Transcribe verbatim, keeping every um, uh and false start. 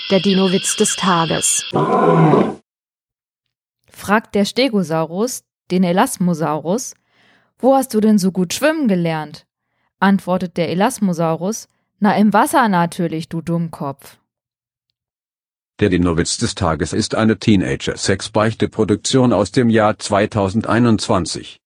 Der Dino-Witz des Tages. Fragt der Stegosaurus den Elasmosaurus: Wo hast du denn so gut schwimmen gelernt? Antwortet der Elasmosaurus: Na, im Wasser natürlich, du Dummkopf. Der Dino-Witz des Tages ist eine Teenager-Sex-Beichte-Produktion aus dem Jahr zweitausendeinundzwanzig.